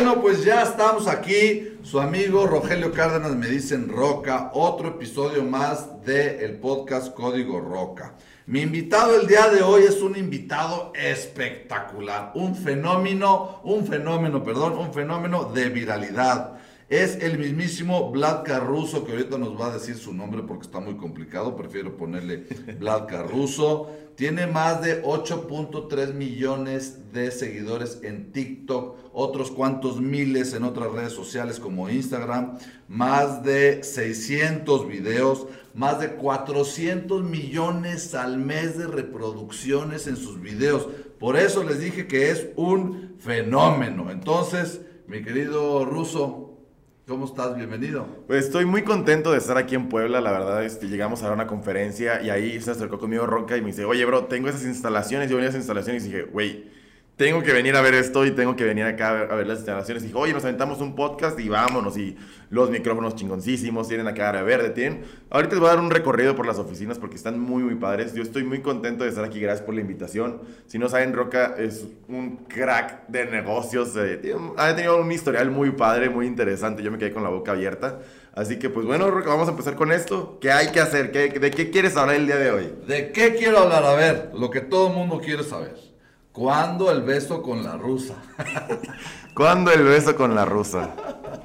Bueno, pues ya estamos aquí. Su amigo Rogelio Cárdenas, me dicen Roca. Otro episodio más del podcast Código Roca. Mi invitado el día de hoy es un invitado espectacular. Un fenómeno de viralidad. Es el mismísimo Vlad Caruso, que ahorita nos va a decir su nombre porque está muy complicado. Prefiero ponerle Vlad Caruso. Tiene más de 8.3 millones de seguidores en TikTok, otros cuantos miles en otras redes sociales como Instagram, más de 600 videos, más de 400 millones al mes de reproducciones en sus videos. Por eso les dije que es un fenómeno. Entonces, mi querido Ruso, ¿cómo estás? Bienvenido. Pues estoy muy contento de estar aquí en Puebla, la verdad, llegamos a una conferencia y ahí se acercó conmigo Roca y me dice, oye bro, tengo esas instalaciones. Yo venía a esas instalaciones y dije, güey, tengo que venir a ver esto y tengo que venir acá a ver las instalaciones. Y dije, oye, nos aventamos un podcast y vámonos, y los micrófonos chingoncísimos, tienen acá área verde, tienen... Ahorita les voy a dar un recorrido por las oficinas porque están muy padres. Yo estoy muy contento de estar aquí, gracias por la invitación. Si no saben, Roca es un crack de negocios, ha tenido un historial muy padre, muy interesante. Yo me quedé con la boca abierta. Así que, pues bueno, Roca, vamos a empezar con esto. ¿Qué hay que hacer? ¿De qué quieres hablar el día de hoy? ¿De qué quiero hablar? A ver, lo que todo el mundo quiere saber. ¿Cuándo el beso con la rusa? ¿Cuándo el beso con la rusa?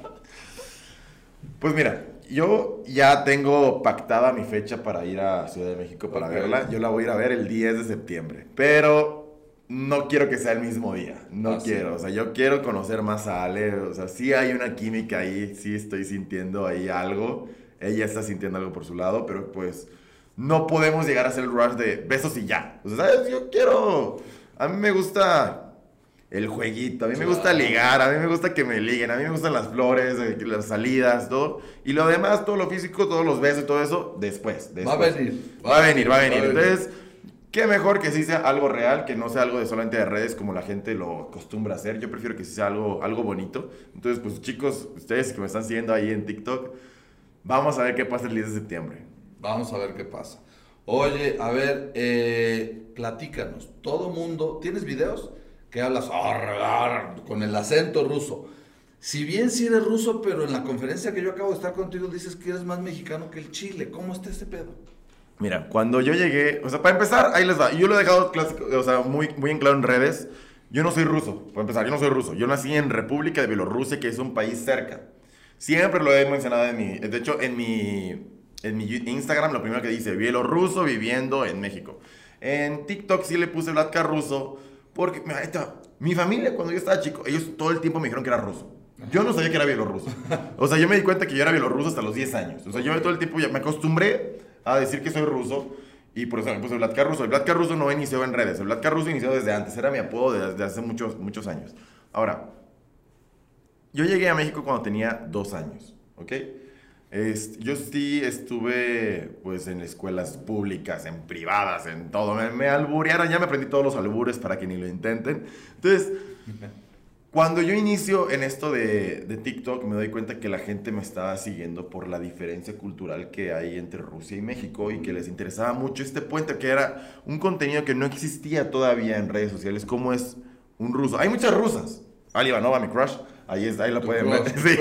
Pues mira, yo ya tengo pactada mi fecha para ir a Ciudad de México para verla. Yo la voy a ir a ver el 10 de septiembre. Pero no quiero que sea el mismo día. No quiero. Sí. O sea, yo quiero conocer más a Ale. O sea, sí hay una química ahí. Sí estoy sintiendo ahí algo. Ella está sintiendo algo por su lado. Pero pues no podemos llegar a hacer el rush de besos y ya. O sea, ¿sabes? Yo quiero... A mí me gusta el jueguito, a mí me gusta ligar, a mí me gusta que me liguen, a mí me gustan las flores, las salidas, todo. Y lo demás, todo lo físico, todos los besos y todo eso, después. Va a venir. Va a venir. Entonces, qué mejor que sí sea algo real, que no sea algo de solamente de redes como la gente lo acostumbra a hacer. Yo prefiero que sí sea algo bonito. Entonces, pues chicos, ustedes que me están siguiendo ahí en TikTok, vamos a ver qué pasa el 10 de septiembre. Vamos a ver qué pasa. Oye, a ver, platícanos, todo mundo, ¿tienes videos que hablas con el acento ruso? Si bien sí eres ruso, pero en la conferencia que yo acabo de estar contigo dices que eres más mexicano que el chile. ¿Cómo está ese pedo? Mira, cuando yo llegué, o sea, para empezar, ahí les va. Yo lo he dejado clásico, o sea, muy en claro en redes. Yo no soy ruso, para empezar, yo no soy ruso. Yo nací en República de Bielorrusia, que es un país cerca. Siempre lo he mencionado de hecho, en mi Instagram lo primero que dice, bielorruso viviendo en México. En TikTok sí le puse Vlad Caruso, porque mi familia cuando yo estaba chico, ellos todo el tiempo me dijeron que era ruso. Yo no sabía que era bielorruso. O sea, yo me di cuenta que yo era bielorruso hasta los 10 años. O sea, yo todo el tiempo ya me acostumbré a decir que soy ruso y por eso me puse Vlad Caruso. El Vlad Caruso no inició en redes, el Vlad Caruso inició desde antes, era mi apodo desde hace muchos años. Ahora, yo llegué a México cuando tenía 2 años, ¿ok? Yo sí estuve pues en escuelas públicas, en privadas, en todo. Me alburearon, ya me aprendí todos los albures para que ni lo intenten. Entonces, cuando yo inicio en esto de TikTok, me doy cuenta que la gente me estaba siguiendo por la diferencia cultural que hay entre Rusia y México y que les interesaba mucho este puente, que era un contenido que no existía todavía en redes sociales, como es un ruso. Hay muchas rusas. Ali Ivanova, mi crush, ahí la pueden ver. Sí.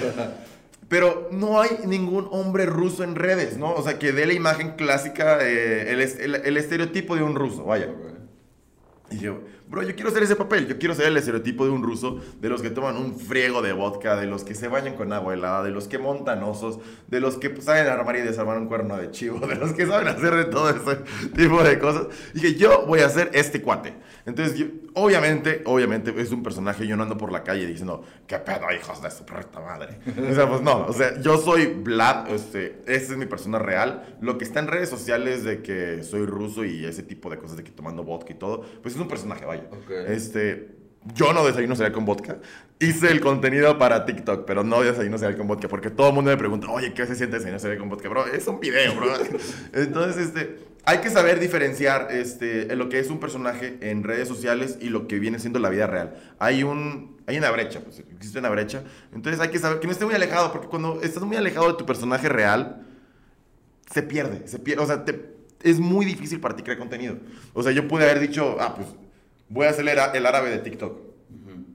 Pero no hay ningún hombre ruso en redes, ¿no? O sea, que dé la imagen clásica, el estereotipo de un ruso, vaya. Y yo, bro, yo quiero hacer ese papel. Yo quiero ser el estereotipo de un ruso, de los que toman un friego de vodka, de los que se bañan con agua helada, de los que montan osos, de los que saben armar y desarmar un cuerno de chivo, de los que saben hacer de todo ese tipo de cosas. Y dije, yo voy a ser este cuate. Entonces, obviamente, es un personaje. Yo no ando por la calle diciendo, ¿qué pedo, hijos de su puta madre? O sea, pues no. O sea, yo soy Vlad, esta es mi persona real. Lo que está en redes sociales de que soy ruso y ese tipo de cosas de que tomando vodka y todo, pues es un personaje, vaya. Okay. Yo no desayuno cereal con vodka. Hice el contenido para TikTok, pero no desayuno cereal con vodka, porque todo el mundo me pregunta, oye, ¿qué se siente desayunar cereal con vodka? Bro, es un video, bro. Entonces, hay que saber diferenciar lo que es un personaje en redes sociales y lo que viene siendo la vida real. Hay una brecha, pues, existe una brecha. Entonces hay que saber que no esté muy alejado, porque cuando estás muy alejado de tu personaje real, se pierde. O sea, es muy difícil para ti crear contenido. O sea, yo pude haber dicho, pues voy a hacer el árabe de TikTok.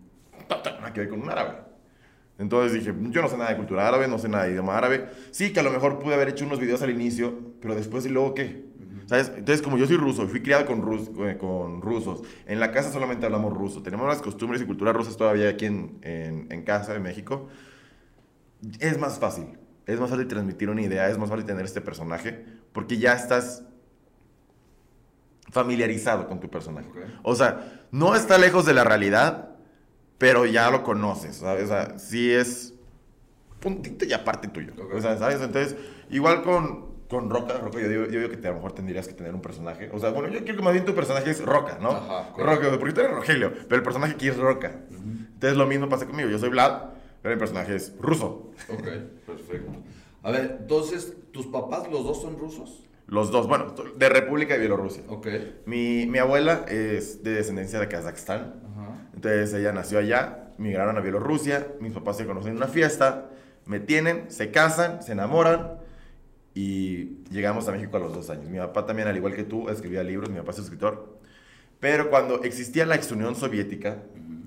nada que ver con un árabe. Entonces dije, yo no sé nada de cultura árabe, no sé nada de idioma árabe. Sí, que a lo mejor pude haber hecho unos videos al inicio, pero después, ¿y luego qué? ¿Sabes? Entonces, como yo soy ruso y fui criado con rusos, en la casa solamente hablamos ruso, tenemos las costumbres y culturas rusas todavía aquí en casa, en México, es más fácil. Es más fácil transmitir una idea, es más fácil tener este personaje, porque ya estás familiarizado con tu personaje. Okay. O sea, no está lejos de la realidad, pero ya lo conoces, ¿sabes? O sea, sí es puntito y aparte tuyo. Okay. O sea, ¿sabes? Entonces, igual con Roca, yo digo que a lo mejor tendrías que tener un personaje. O sea, bueno, yo creo que más bien tu personaje es Roca, ¿no? Ajá, Roca, porque tú eres Rogelio, pero el personaje aquí es Roca. Entonces, lo mismo pasa conmigo. Yo soy Vlad, pero el personaje es ruso. Ok, perfecto. A ver, entonces, ¿tus papás los dos son rusos? Los dos, bueno, de República de Bielorrusia. Ok. Mi abuela es de descendencia de Kazajstán. Ajá. Entonces ella nació allá, migraron a Bielorrusia, mis papás se conocen en una fiesta, me tienen, se casan, se enamoran y llegamos a México a los 2 años. Mi papá también, al igual que tú, escribía libros, mi papá es escritor. Pero cuando existía la ex Unión Soviética,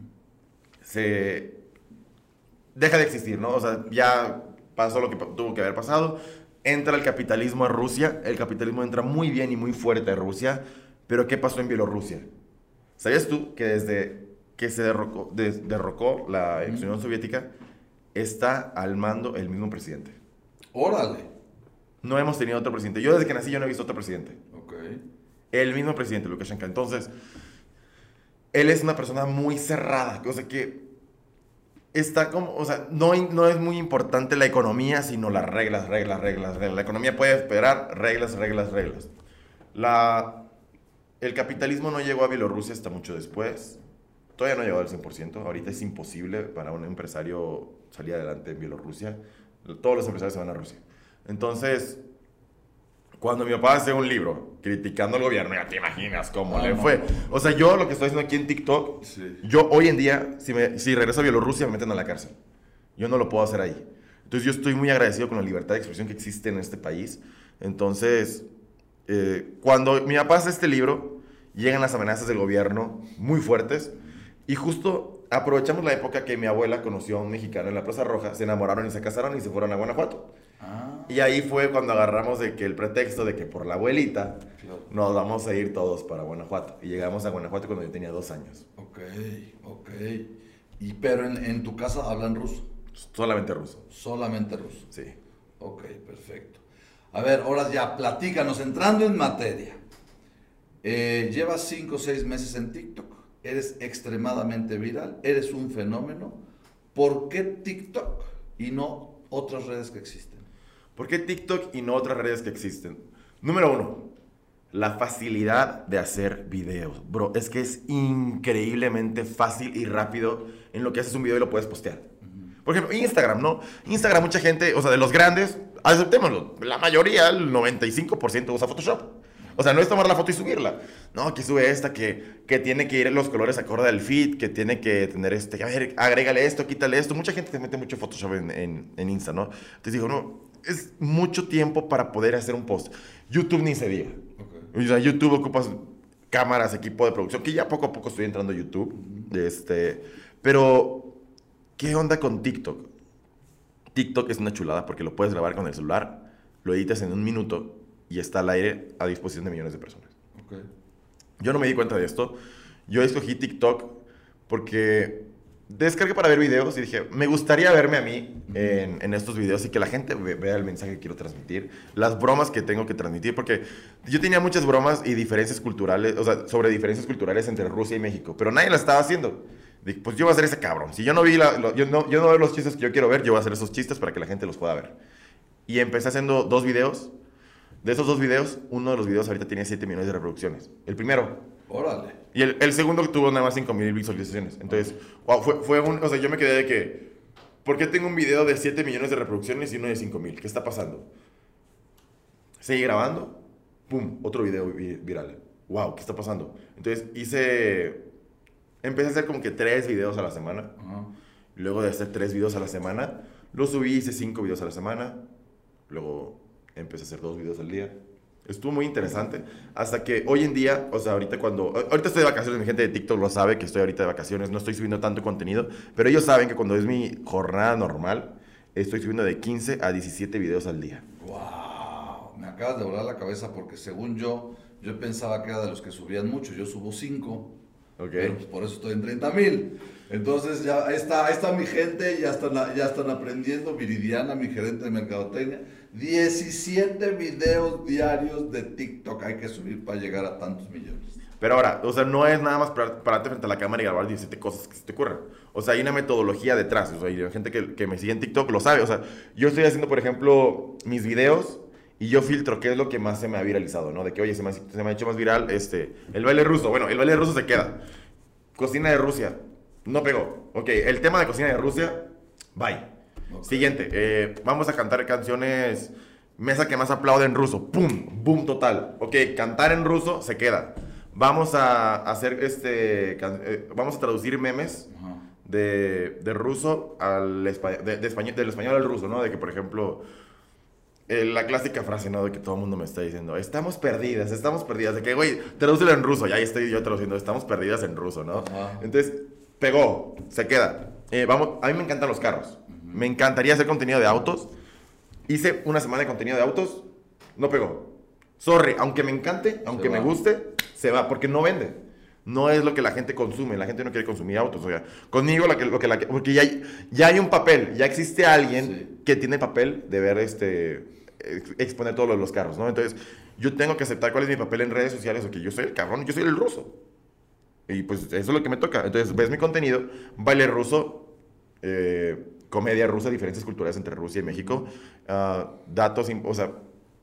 se deja de existir, ¿no? O sea, ya pasó lo que tuvo que haber pasado. Entra el capitalismo a Rusia, el capitalismo entra muy bien y muy fuerte a Rusia, pero ¿qué pasó en Bielorrusia? ¿Sabías tú que desde que se derrocó la ex Unión Soviética, está al mando el mismo presidente? Órale. No hemos tenido otro presidente. Yo desde que nací yo no he visto otro presidente. Ok. El mismo presidente, Lukashenko. Entonces, él es una persona muy cerrada, o sea que está como, o sea, no es muy importante la economía, sino las reglas. La economía puede esperar reglas. El capitalismo no llegó a Bielorrusia hasta mucho después. Todavía no llegó al 100%. Ahorita es imposible para un empresario salir adelante en Bielorrusia. Todos los empresarios se van a Rusia. Entonces, cuando mi papá hace un libro criticando al gobierno, ya te imaginas cómo le fue. O sea, yo lo que estoy haciendo aquí en TikTok, Sí. yo hoy en día, si regreso a Bielorrusia, me meten a la cárcel. Yo no lo puedo hacer ahí. Entonces, yo estoy muy agradecido con la libertad de expresión que existe en este país. Entonces, cuando mi papá hace este libro, llegan las amenazas del gobierno muy fuertes. Y justo aprovechamos la época que mi abuela conoció a un mexicano en la Plaza Roja, se enamoraron y se casaron y se fueron a Guanajuato. Ah, Y ahí fue cuando agarramos de que el pretexto de que por la abuelita claro. nos vamos a ir todos para Guanajuato. Y llegamos a Guanajuato cuando yo tenía 2 años. Ok. Pero en tu casa hablan ruso. Solamente ruso. Solamente ruso. Sí. Ok, perfecto. A ver, ahora ya, platícanos, entrando en materia. Llevas 5 o 6 meses en TikTok. Eres extremadamente viral. Eres un fenómeno. ¿Por qué TikTok y no otras redes que existen? ¿Por qué TikTok y no otras redes que existen? Número 1, la facilidad de hacer videos. Bro, es que es increíblemente fácil y rápido en lo que haces un video y lo puedes postear. Por ejemplo, Instagram, ¿no? Instagram, mucha gente, o sea, de los grandes, aceptémoslo, la mayoría, el 95% usa Photoshop. O sea, no es tomar la foto y subirla. No, que sube esta, que tiene que ir los colores acorde al feed, que tiene que tener a ver, agrégale esto, quítale esto. Mucha gente te mete mucho Photoshop en Insta, ¿no? Entonces digo, no, es mucho tiempo para poder hacer un post. YouTube ni se diga. Okay. O sea, YouTube ocupas cámaras, equipo de producción, que ya poco a poco estoy entrando a YouTube. Pero, ¿qué onda con TikTok? TikTok es una chulada porque lo puedes grabar con el celular, lo editas en 1 minuto y está al aire a disposición de millones de personas. Okay. Yo no me di cuenta de esto. Yo escogí TikTok porque descargué para ver videos y dije, me gustaría verme a mí en estos videos y que la gente vea el mensaje que quiero transmitir, las bromas que tengo que transmitir, porque yo tenía muchas bromas y diferencias culturales, o sea, sobre diferencias culturales entre Rusia y México, pero nadie las estaba haciendo. Dije, pues yo voy a hacer ese cabrón. Si yo no vi yo no veo los chistes que yo quiero ver, yo voy a hacer esos chistes para que la gente los pueda ver. Y empecé haciendo 2 videos. De esos 2 videos, uno de los videos ahorita tiene 7 millones de reproducciones. El primero. Órale. Y el segundo tuvo nada más 5,000 visualizaciones. Entonces, wow, o sea, yo me quedé de que, ¿por qué tengo un video de 7 millones de reproducciones y uno de 5,000? ¿Qué está pasando? Seguí grabando, pum, otro video viral. Wow, ¿qué está pasando? Entonces empecé a hacer como que 3 videos a la semana. Luego de hacer 3 videos a la semana, lo subí, hice 5 videos a la semana. Luego empecé a hacer 2 videos al día. Estuvo muy interesante. Hasta que hoy en día, o sea, ahorita estoy de vacaciones, mi gente de TikTok lo sabe que estoy ahorita de vacaciones, no estoy subiendo tanto contenido, pero ellos saben que cuando es mi jornada normal, estoy subiendo de 15 a 17 videos al día. ¡Wow! Me acabas de volar la cabeza porque según yo pensaba que era de los que subían mucho. Yo subo 5. Ok. Pero pues por eso estoy en 30,000. Entonces ya ahí está mi gente, ya están aprendiendo. Viridiana, mi gerente de mercadotecnia. 17 videos diarios de TikTok hay que subir para llegar a tantos millones. Pero ahora, o sea, no es nada más pararte frente a la cámara y grabar 17 cosas que se te ocurran. O sea, hay una metodología detrás. O sea, y la gente que me sigue en TikTok lo sabe. O sea, yo estoy haciendo, por ejemplo, mis videos y yo filtro qué es lo que más se me ha viralizado, ¿no? De que, oye, se me ha hecho más viral el baile ruso. Bueno, el baile ruso se queda. Cocina de Rusia. No pegó. Ok, el tema de cocina de Rusia, bye. Okay. Siguiente, vamos a cantar canciones, mesa que más aplaude en ruso. ¡Pum! ¡Boom total! Ok, cantar en ruso se queda. Vamos a hacer vamos a traducir memes de ruso al del español al ruso, ¿no? De que, por ejemplo, la clásica frase, ¿no? De que todo el mundo me está diciendo, estamos perdidas. De que, güey, tradúcelo en ruso. Ya ahí estoy yo traduciendo, estamos perdidas en ruso, ¿no? Entonces, pegó, se queda. A mí me encantan los carros. Me encantaría hacer contenido de autos. Hice una semana de contenido de autos, no pegó. Sorry, aunque me encante, aunque me guste, se va, porque no vende. No es lo que la gente consume, la gente no quiere consumir autos. O sea, conmigo, porque ya hay un papel, ya existe alguien que tiene papel de ver exponer todos los carros, ¿no? Entonces, yo tengo que aceptar cuál es mi papel en redes sociales, porque yo soy el cabrón, yo soy el ruso. Y pues eso es lo que me toca. Entonces, ves mi contenido, baile ruso, comedia rusa, diferencias culturales entre Rusia y México, datos, o sea,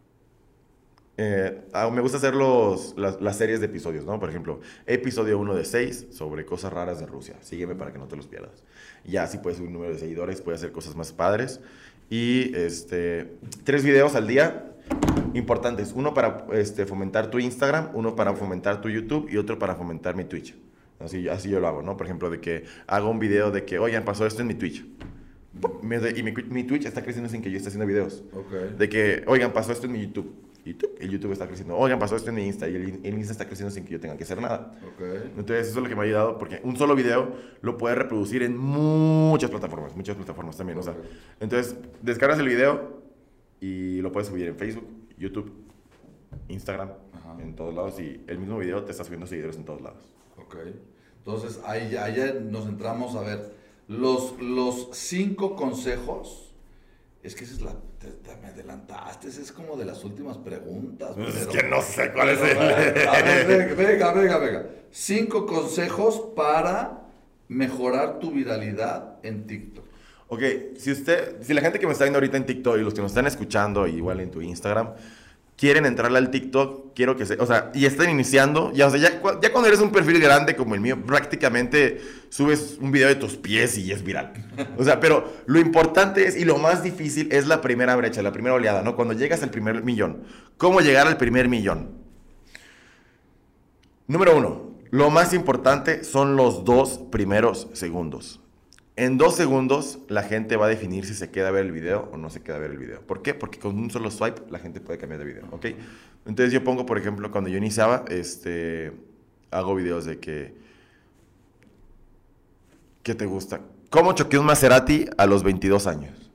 me gusta hacer las series de episodios, ¿no? Por ejemplo, episodio 1 de 6 sobre cosas raras de Rusia. Sígueme para que no te los pierdas. Ya así puedes subir un número de seguidores, puedes hacer cosas más padres. Y 3 videos al día importantes. Uno para fomentar tu Instagram, uno para fomentar tu YouTube y otro para fomentar mi Twitch. Así yo lo hago, ¿no? Por ejemplo, de que hago un video de que, oigan, pasó esto en mi Twitch. Y mi Twitch está creciendo sin que yo esté haciendo videos. Okay. De que, oigan, pasó esto en mi YouTube. El YouTube está creciendo. Oigan, pasó esto en mi Insta. Y el Insta está creciendo sin que yo tenga que hacer nada. Okay. Entonces, eso es lo que me ha ayudado. Porque un solo video lo puedes reproducir en muchas plataformas también. Okay. O sea, entonces, descargas el video y lo puedes subir en Facebook, YouTube, Instagram, en todos lados. Y el mismo video te está subiendo seguidores en todos lados. Ok. Entonces, ahí ya nos entramos a ver los 5 consejos. Es que esa es me adelantaste, esa es como de las últimas preguntas. Pero, es que no sé cuál es el... Venga. 5 consejos para mejorar tu viralidad en TikTok. Ok, si la gente que me está viendo ahorita en TikTok y los que nos están escuchando igual en tu Instagram, quieren entrarle al TikTok, quiero que y están iniciando, ya cuando eres un perfil grande como el mío, prácticamente subes un video de tus pies y es viral. O sea, pero lo importante y lo más difícil es la primera brecha, la primera oleada, ¿no? Cuando llegas al primer millón. ¿Cómo llegar al primer millón? Número 1, lo más importante son los 2 primeros segundos. En 2 segundos, la gente va a definir si se queda a ver el video o no se queda a ver el video. ¿Por qué? Porque con un solo swipe, la gente puede cambiar de video, ¿ok? Entonces, yo pongo, por ejemplo, cuando yo iniciaba, hago videos de que... ¿Qué te gusta? ¿Cómo choqué un Maserati a los 22 años?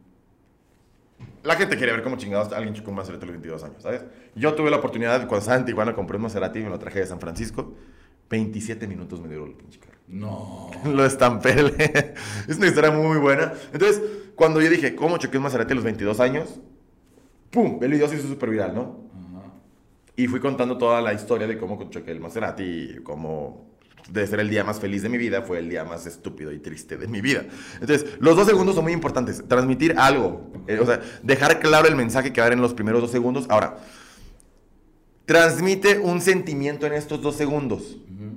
La gente quiere ver cómo chingados alguien chocó un Maserati a los 22 años, ¿sabes? Yo tuve la oportunidad, cuando estaba en Tijuana, compré un Maserati y me lo traje de San Francisco. 27 minutos me duró el pinche carro. No. Lo estampé. Es una historia muy buena. Entonces, cuando yo dije, ¿cómo choqué un Maserati a los 22 años? ¡Pum! El video se hizo súper viral, ¿no? Y fui contando toda la historia de cómo choqué el Maserati y cómo, de ser el día más feliz de mi vida, fue el día más estúpido y triste de mi vida. Entonces, los 2 segundos son muy importantes. Transmitir algo. O sea, dejar claro el mensaje que va a haber en los primeros 2 segundos. Ahora, transmite un sentimiento en estos 2 segundos.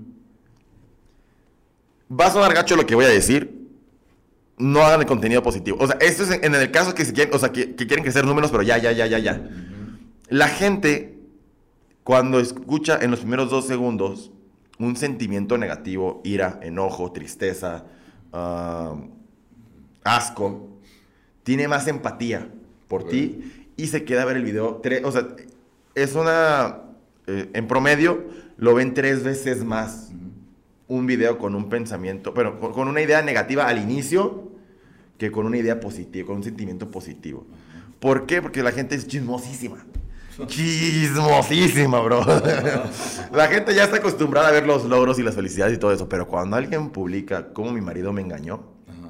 Va a sonar gacho lo que voy a decir. No hagan el contenido positivo. O sea, esto es en el caso que quieren crecer números, pero ya. La gente, cuando escucha en los primeros 2 segundos un sentimiento negativo, ira, enojo, tristeza, asco, tiene más empatía por ti y se queda a ver el video. es una... en promedio, lo ven 3 veces más un video con un pensamiento, pero con una idea negativa al inicio que con una idea positiva, con un sentimiento positivo. ¿Por qué? Porque la gente es chismosísima. Chismosísima, bro. La gente ya está acostumbrada a ver los logros y las felicidades y todo eso, pero cuando alguien publica cómo mi marido me engañó,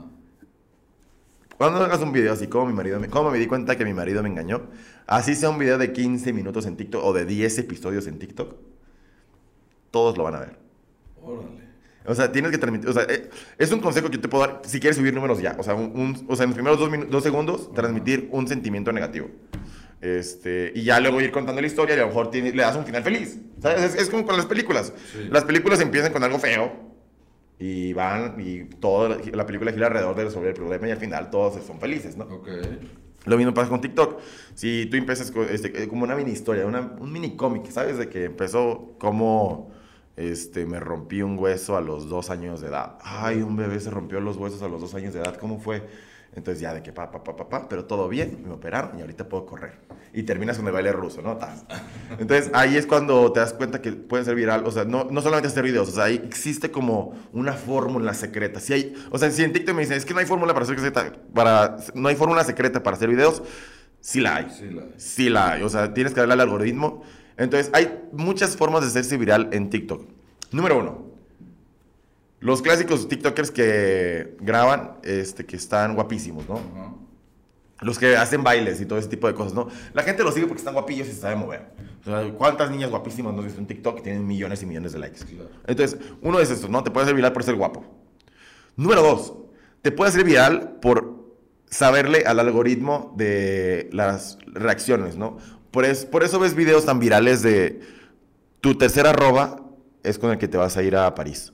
cuando hagas un video así, cómo me di cuenta que mi marido me engañó, así sea un video de 15 minutos en TikTok o de 10 episodios en TikTok, todos lo van a ver. Órale. O sea, tienes que transmitir, o sea, es un consejo que yo te puedo dar si quieres subir números ya. O sea, o sea en los primeros 2 segundos, transmitir un sentimiento negativo. Y ya luego ir contando la historia y a lo mejor le das un final feliz. ¿Sabes? Es como con las películas. Sí. Las películas empiezan con algo feo y van y toda la película gira alrededor de resolver el problema y al final todos son felices, ¿no? Ok. Lo mismo pasa con TikTok. Si tú empiezas como una mini historia, un mini cómic, ¿sabes? De que empezó como... me rompí un hueso a los 2 años de edad. Ay, un bebé se rompió los huesos a los 2 años de edad. ¿Cómo fue? Entonces ya de que pero todo bien, me operaron y ahorita puedo correr. Y terminas con el baile ruso, ¿no? Entonces ahí es cuando te das cuenta que puede ser viral. O sea, no solamente hacer videos, o sea, ahí existe como una fórmula secreta. O sea, si en TikTok me dicen, es que no hay fórmula para hacer no hay fórmula secreta para hacer videos, sí la hay. Sí la hay. O sea, tienes que darle al algoritmo. Entonces, hay muchas formas de hacerse viral en TikTok. Número 1. Los clásicos TikTokers que graban, que están guapísimos, ¿no? Los que hacen bailes y todo ese tipo de cosas, ¿no? La gente los sigue porque están guapillos y se saben mover. O sea, ¿cuántas niñas guapísimas no has visto en TikTok que tienen millones y millones de likes? Claro. Entonces, uno es esto, ¿no? Te puede hacer viral por ser guapo. Número 2. Te puede hacer viral por saberle al algoritmo de las reacciones, ¿no? Por eso ves videos tan virales de tu tercer arroba es con el que te vas a ir a París.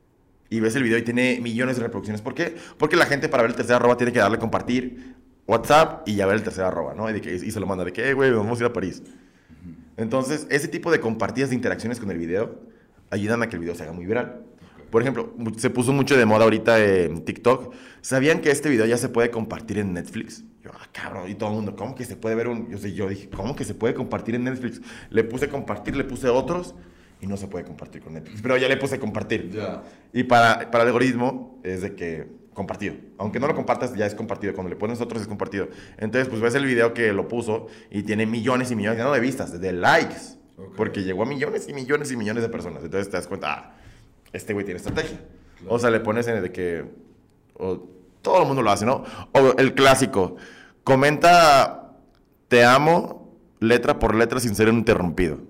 Y ves el video y tiene millones de reproducciones. ¿Por qué? Porque la gente para ver el tercer arroba tiene que darle compartir WhatsApp y ya ver el tercer arroba, ¿no? Y se lo manda de que, güey, vamos a ir a París. Entonces, ese tipo de compartidas de interacciones con el video ayudan a que el video se haga muy viral. Por ejemplo, se puso mucho de moda ahorita en TikTok. ¿Sabían que este video ya se puede compartir en Netflix? Yo, cabrón, y todo el mundo, ¿cómo que se puede ver yo dije, ¿cómo que se puede compartir en Netflix? Le puse compartir, le puse otros y no se puede compartir con Netflix. Pero ya le puse compartir. Ya. Y para el algoritmo es de que compartido. Aunque no lo compartas, ya es compartido. Cuando le pones otros es compartido. Entonces, pues ves el video que lo puso y tiene millones y millones, ya no de vistas, de likes. Okay. Porque llegó a millones y millones y millones de personas. Entonces te das cuenta, este güey tiene estrategia. Claro. O sea, le pones de que... todo el mundo lo hace, ¿no? O el clásico. Comenta, te amo, letra por letra sin ser interrumpido.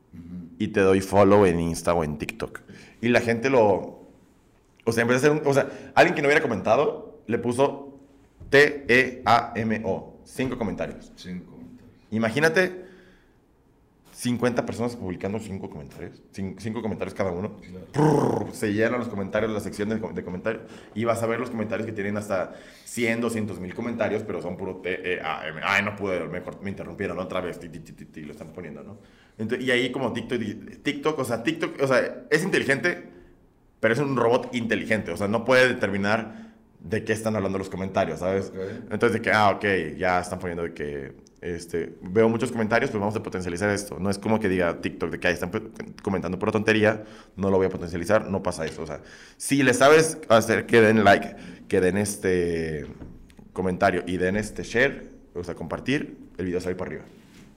Y te doy follow en Insta o en TikTok. Y la gente lo... O sea, en vez de hacer o sea, alguien que no hubiera comentado, le puso TEAMO. 5 comentarios. 5 comentarios. Imagínate 50 personas publicando 5 comentarios. 5 comentarios cada uno. Claro. Se llenan los comentarios, la sección de comentarios. Y vas a ver los comentarios que tienen hasta 100, 200 mil comentarios, pero son puro TEAM. Ay, no pude, mejor me interrumpieron otra vez. Lo están poniendo, ¿no? Entonces, y ahí como TikTok, o sea, es inteligente, pero es un robot inteligente. O sea, no puede determinar de qué están hablando los comentarios, ¿sabes? Okay. Entonces, de que, ok, ya están poniendo de que, veo muchos comentarios, pues vamos a potencializar esto. No es como que diga TikTok de que ahí están comentando por tontería, no lo voy a potencializar, no pasa eso. O sea, si le sabes hacer que den like, que den comentario y den share, o sea, compartir, el video sale para arriba.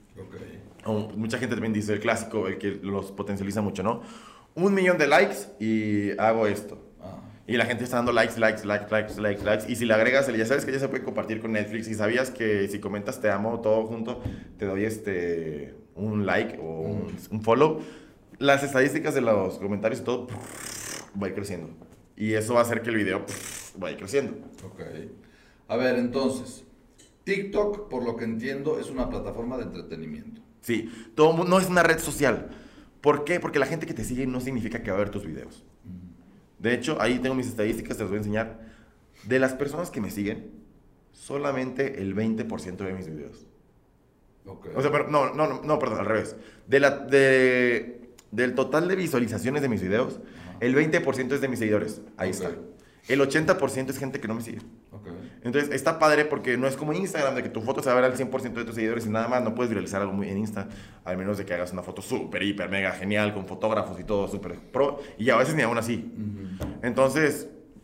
Ok. Mucha gente también dice el clásico, el que los potencializa mucho, ¿no? 1 millón de likes y hago esto. Y la gente está dando likes. Y si le agregas, ya sabes que ya se puede compartir con Netflix. Y sabías que si comentas te amo todo junto, te doy un like o un follow. Las estadísticas de los comentarios y todo va a ir creciendo. Y eso va a hacer que el video va a ir creciendo. Ok. A ver, entonces, TikTok, por lo que entiendo, es una plataforma de entretenimiento. Sí, no es una red social. ¿Por qué? Porque la gente que te sigue no significa que va a ver tus videos. De hecho, ahí tengo mis estadísticas, te las voy a enseñar. De las personas que me siguen, solamente el 20% ve mis videos. Okay. O sea, pero, no, perdón, al revés. Del total de visualizaciones de mis videos, el 20% es de mis seguidores. Ahí está. el 80% es gente que no me sigue. Okay. Entonces, está padre porque no es como Instagram, de que tu foto se va a ver al 100% de tus seguidores y nada más, no puedes viralizar algo muy en Insta, al menos de que hagas una foto súper, hiper, mega genial, con fotógrafos y todo, súper pro, y a veces ni aún así. Entonces,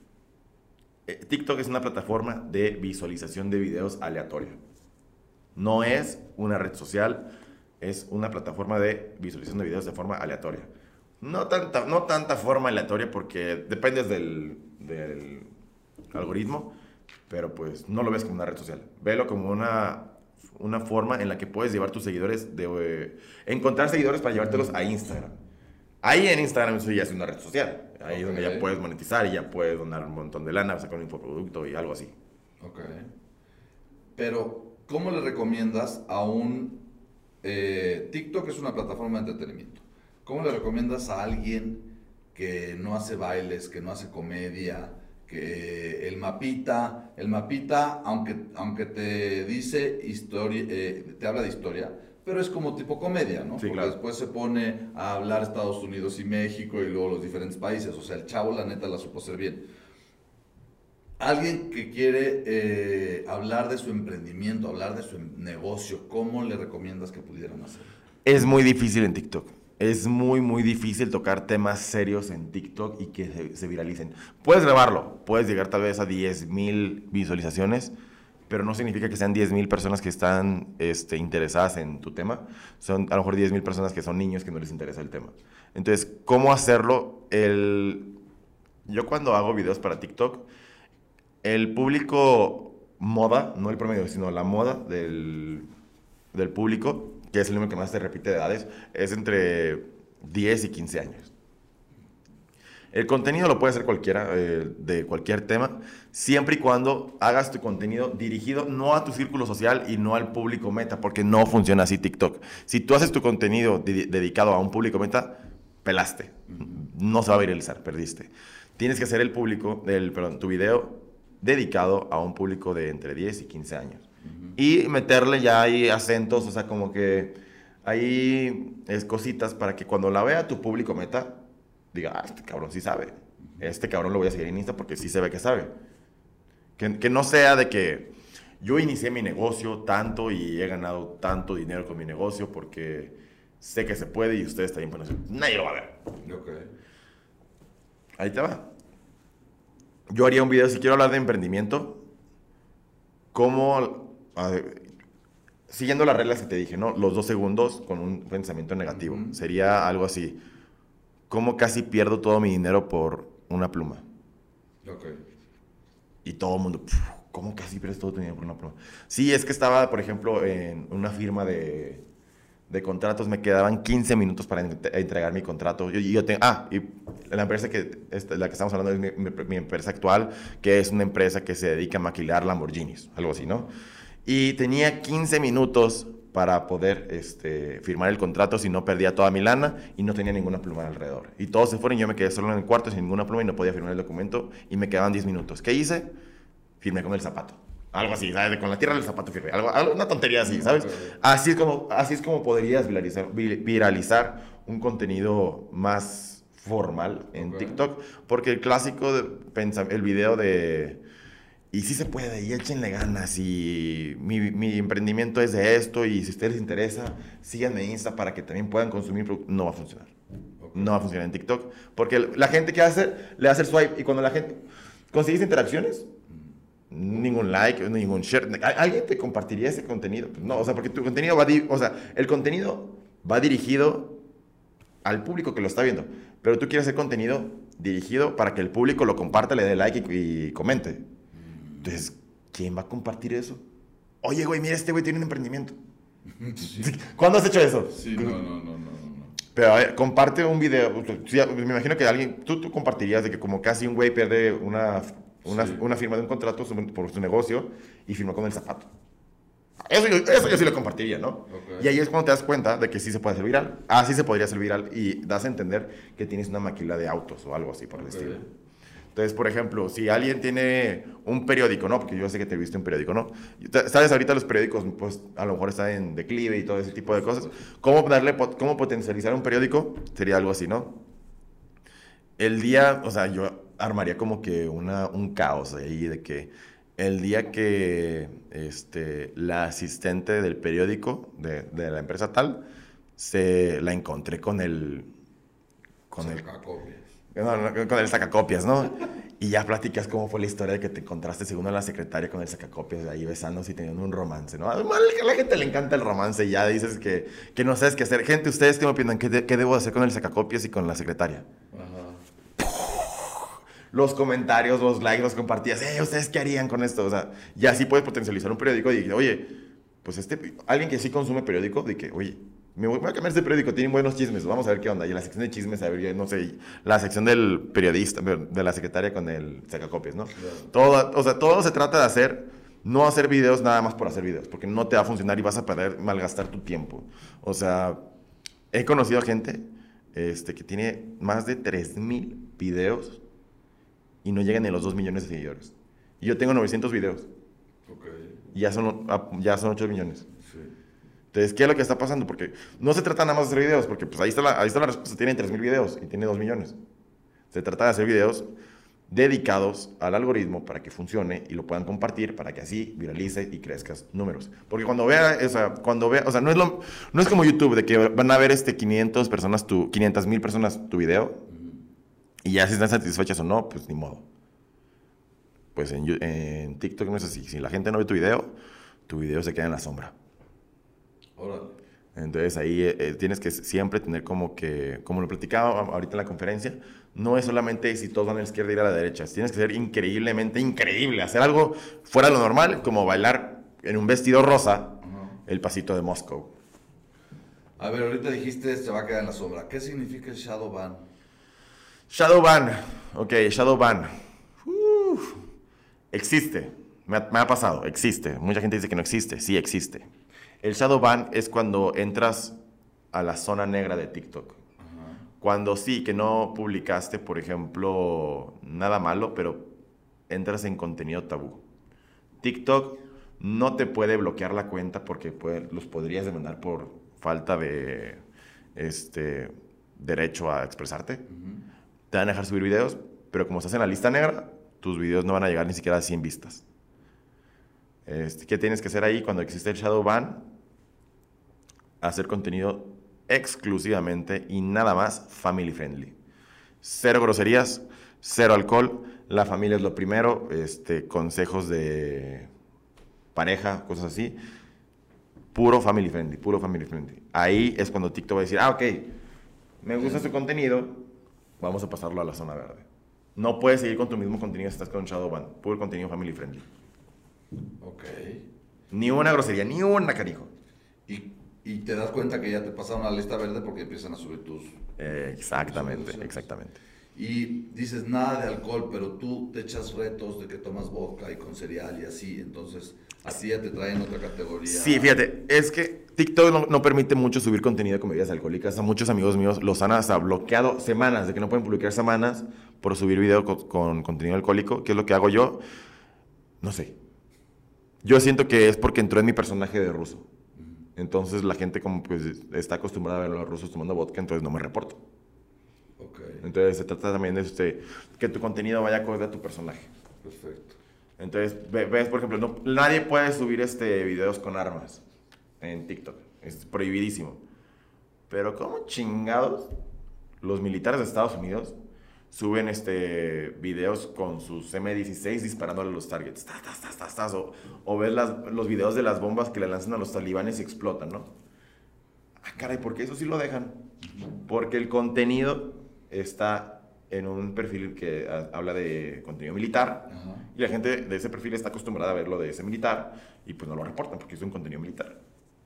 TikTok es una plataforma de visualización de videos aleatoria. No es una red social, es una plataforma de visualización de videos de forma aleatoria. No tanta forma aleatoria porque dependes del algoritmo, pero pues no lo ves como una red social. Velo como una forma en la que puedes llevar tus seguidores, encontrar seguidores para llevártelos a Instagram. Ahí en Instagram eso ya es una red social. Ahí es donde ya puedes monetizar y ya puedes donar un montón de lana, sacar un infoproducto y algo así. Ok. Pero, ¿cómo le recomiendas a un... TikTok es una plataforma de entretenimiento. ¿Cómo le recomiendas a alguien que no hace bailes, que no hace comedia, que el mapita, aunque te dice historia, te habla de historia, pero es como tipo comedia, ¿no? Sí, porque claro. después se pone a hablar Estados Unidos y México y luego los diferentes países. O sea, el chavo la neta la supo hacer bien. Alguien que quiere hablar de su emprendimiento, hablar de su negocio, ¿cómo le recomiendas que pudieran hacerlo? Es muy difícil en TikTok. Es muy, muy difícil tocar temas serios en TikTok y que se viralicen. Puedes grabarlo, puedes llegar tal vez a 10,000 visualizaciones, pero no significa que sean 10,000 personas que están interesadas en tu tema. Son a lo mejor 10,000 personas que son niños que no les interesa el tema. Entonces, ¿cómo hacerlo? Yo cuando hago videos para TikTok, el público moda, no el promedio, sino la moda del público, que es el número que más se repite de edades, es entre 10 y 15 años. El contenido lo puede hacer cualquiera, de cualquier tema, siempre y cuando hagas tu contenido dirigido no a tu círculo social y no al público meta, porque no funciona así TikTok. Si tú haces tu contenido dedicado a un público meta, pelaste. No se va a viralizar, perdiste. Tienes que hacer tu video dedicado a un público de entre 10 y 15 años. Y meterle ya ahí acentos, o sea, como que ahí es cositas para que cuando la vea tu público meta, diga, este cabrón sí sabe. Este cabrón lo voy a seguir en Insta porque sí se ve que sabe. Que no sea de que yo inicié mi negocio tanto y he ganado tanto dinero con mi negocio porque sé que se puede y ustedes también pueden hacer. Nadie lo va a ver. Okay. Ahí te va. Yo haría un video, si quiero hablar de emprendimiento, siguiendo las reglas que te dije, ¿no? Los 2 segundos con un pensamiento negativo. Sería algo así. ¿Cómo casi pierdo todo mi dinero por una pluma? Ok. Y todo el mundo, ¿cómo casi pierdes todo tu dinero por una pluma? Sí, es que estaba, por ejemplo, en una firma de contratos, me quedaban 15 minutos para entregar mi contrato. Y la empresa la que estamos hablando es mi empresa actual, que es una empresa que se dedica a maquilar Lamborghinis, algo así, ¿no? Y tenía 15 minutos para poder firmar el contrato, si no perdía toda mi lana y no tenía ninguna pluma alrededor. Y todos se fueron y yo me quedé solo en el cuarto sin ninguna pluma y no podía firmar el documento y me quedaban 10 minutos. ¿Qué hice? Firmé con el zapato. Algo así, ¿sabes? Con la tierra del zapato firmé. Una tontería así, ¿sabes? Así es como podrías viralizar un contenido más formal en TikTok. Porque el clásico, el video de... Y sí se puede, y échenle ganas, y mi emprendimiento es de esto, y si a ustedes les interesa, síganme en Insta para que también puedan consumir. No va a funcionar. No va a funcionar en TikTok. Porque la gente que le hace el swipe, y cuando la gente... ¿Consigues interacciones? Ningún like, ningún share. ¿Alguien te compartiría ese contenido? Pues no, o sea, porque tu contenido el contenido va dirigido al público que lo está viendo. Pero tú quieres hacer contenido dirigido para que el público lo comparta, le dé like y comente. Entonces, ¿quién va a compartir eso? Oye, güey, mira, este güey tiene un emprendimiento. Sí. ¿Cuándo has hecho eso? Sí, no. Pero a ver, comparte un video. Sí, me imagino que tú compartirías de que como casi un güey pierde una firma de un contrato por su negocio y firmó con el zapato. Eso yo sí lo compartiría, ¿no? Okay. Y ahí es cuando te das cuenta de que sí se puede hacer viral. Sí se podría hacer viral y das a entender que tienes una maquila de autos o algo así por el estilo. Entonces, por ejemplo, si alguien tiene un periódico, ¿no? Porque yo sé que te viste un periódico, ¿no? Sabes, ahorita los periódicos, pues, a lo mejor están en declive y todo ese tipo de cosas. ¿Cómo potencializar un periódico? Sería algo así, ¿no? O sea, yo armaría como que un caos ahí de que el día que la asistente del periódico de la empresa tal la encontré con el Sacacopias. con el sacacopias, ¿no? Y ya platicas cómo fue la historia de que te encontraste según a la secretaria con el sacacopias ahí besándose y teniendo un romance, ¿no? A la gente le encanta el romance y ya dices que no sabes qué hacer. Gente, ¿ustedes qué me opinan? ¿Qué debo hacer con el sacacopias y con la secretaria? Ajá. Los comentarios, los likes, los compartidas. ¿Ustedes qué harían con esto? O sea, ya sí puedes potencializar un periódico y oye, pues alguien que sí consume periódico, de que, oye, me voy a cambiar este periódico, tienen buenos chismes, vamos a ver qué onda. Y en la sección de chismes, a ver, no sé, la sección del periodista, de la secretaria con el sacacopias, ¿no? Claro. Todo se trata de no hacer videos nada más por hacer videos, porque no te va a funcionar y vas a malgastar tu tiempo. O sea, he conocido a gente que tiene más de 3,000 videos y no llegan ni a los 2 millones de seguidores. Y yo tengo 900 videos. Ok. Y ya son 8 millones. Sí. Entonces, ¿qué es lo que está pasando? Porque no se trata nada más de hacer videos, porque pues ahí está la respuesta. Tienen 3,000 videos y tiene 2 millones. Se trata de hacer videos dedicados al algoritmo para que funcione y lo puedan compartir para que así viralice y crezcas números. Porque cuando vea, o sea, no es como YouTube, de que van a ver 500,000 personas tu video y ya si están satisfechas o no, pues ni modo. Pues en TikTok no es así. Si la gente no ve tu video se queda en la sombra. Órale. Entonces ahí tienes que siempre tener como lo platicaba ahorita en la conferencia, no es solamente si todos van a la izquierda ir a la derecha, tienes que ser increíblemente increíble, hacer algo fuera de lo normal, como bailar en un vestido rosa el pasito de Moscow. A ver, ahorita dijiste se va a quedar en la sombra. ¿Qué significa el shadow ban? Shadow ban, ok, shadow ban. Existe, me ha pasado, existe. Mucha gente dice que no existe, sí existe. El shadow ban es cuando entras a la zona negra de TikTok. Ajá. Cuando sí, que no publicaste, por ejemplo, nada malo, pero entras en contenido tabú. TikTok no te puede bloquear la cuenta porque los podrías demandar por falta de derecho a expresarte. Te van a dejar subir videos, pero como estás en la lista negra, tus videos no van a llegar ni siquiera a 100 vistas. ¿Qué tienes que hacer ahí cuando existe el shadow ban? Hacer contenido exclusivamente y nada más family friendly. Cero groserías, cero alcohol, la familia es lo primero, consejos de pareja, cosas así. Puro family friendly, puro family friendly. Ahí es cuando TikTok va a decir, ok, me gusta su contenido, vamos a pasarlo a la zona verde. No puedes seguir con tu mismo contenido si estás con shadow ban, puro contenido family friendly. Ok. Ni una grosería, ni una, carijo. Y te das cuenta que ya te pasaron a la lista verde porque empiezan a subir tus... Exactamente, tus exactamente. Y dices nada de alcohol, pero tú te echas retos de que tomas vodka y con cereal y así, entonces así ya te traen otra categoría. Sí, fíjate, es que TikTok no permite mucho subir contenido con bebidas alcohólicas. A muchos amigos míos los han hasta bloqueado semanas, de que no pueden publicar semanas por subir video con contenido alcohólico. ¿Qué es lo que hago yo? No sé. Yo siento que es porque entró en mi personaje de ruso. Entonces la gente como pues está acostumbrada a ver a los rusos tomando vodka, entonces no me reporto. Okay. Entonces se trata también de que tu contenido vaya acorde a tu personaje. Perfecto. Entonces, ves, por ejemplo, nadie puede subir videos con armas en TikTok. Es prohibidísimo. Pero ¿cómo chingados los militares de Estados Unidos suben videos con sus M16 disparándole a los targets? O ves los videos de las bombas que le lanzan a los talibanes y explotan, ¿no? Ah, caray, ¿por qué eso sí lo dejan? Porque el contenido está en un perfil que habla de contenido militar. Ajá. Y la gente de ese perfil está acostumbrada a verlo de ese militar y pues no lo reportan porque es un contenido militar.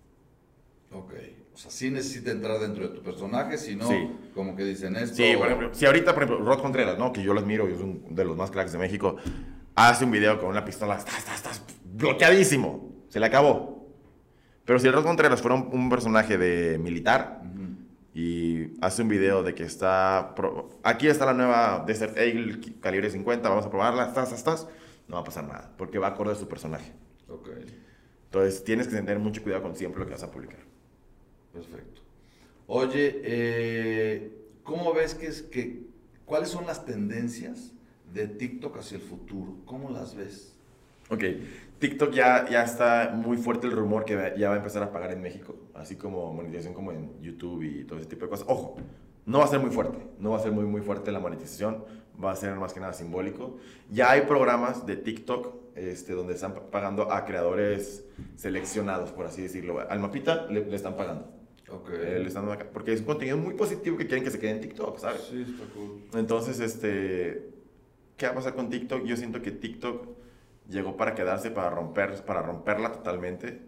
Ok. O sea, sí necesita entrar dentro de tu personaje, si no, Sí. Como que dicen esto... Sí, por ejemplo, si ahorita, por ejemplo, Rod Contreras, ¿no? Que yo lo admiro y es uno de los más cracks de México, hace un video con una pistola, estás bloqueadísimo, se le acabó. Pero si el Rod Contreras fuera un personaje de militar y hace un video de que aquí está la nueva Desert Eagle calibre 50, vamos a probarla, no va a pasar nada, porque va acorde a su personaje. Ok. Entonces tienes que tener mucho cuidado con siempre lo que vas a publicar. Perfecto. Oye, ¿cómo ves cuáles son las tendencias de TikTok hacia el futuro? ¿Cómo las ves? Ok, TikTok ya está muy fuerte el rumor que ya va a empezar a pagar en México, así como monetización como en YouTube y todo ese tipo de cosas. Ojo, no va a ser muy fuerte, no va a ser muy fuerte la monetización, va a ser más que nada simbólico. Ya hay programas de TikTok donde están pagando a creadores seleccionados, por así decirlo. Al Mapita le están pagando. Ok. Le están dando porque es un contenido muy positivo que quieren que se quede en TikTok, ¿sabes? Sí, está cool. Entonces, ¿qué va a pasar con TikTok? Yo siento que TikTok llegó para quedarse, para romperla totalmente.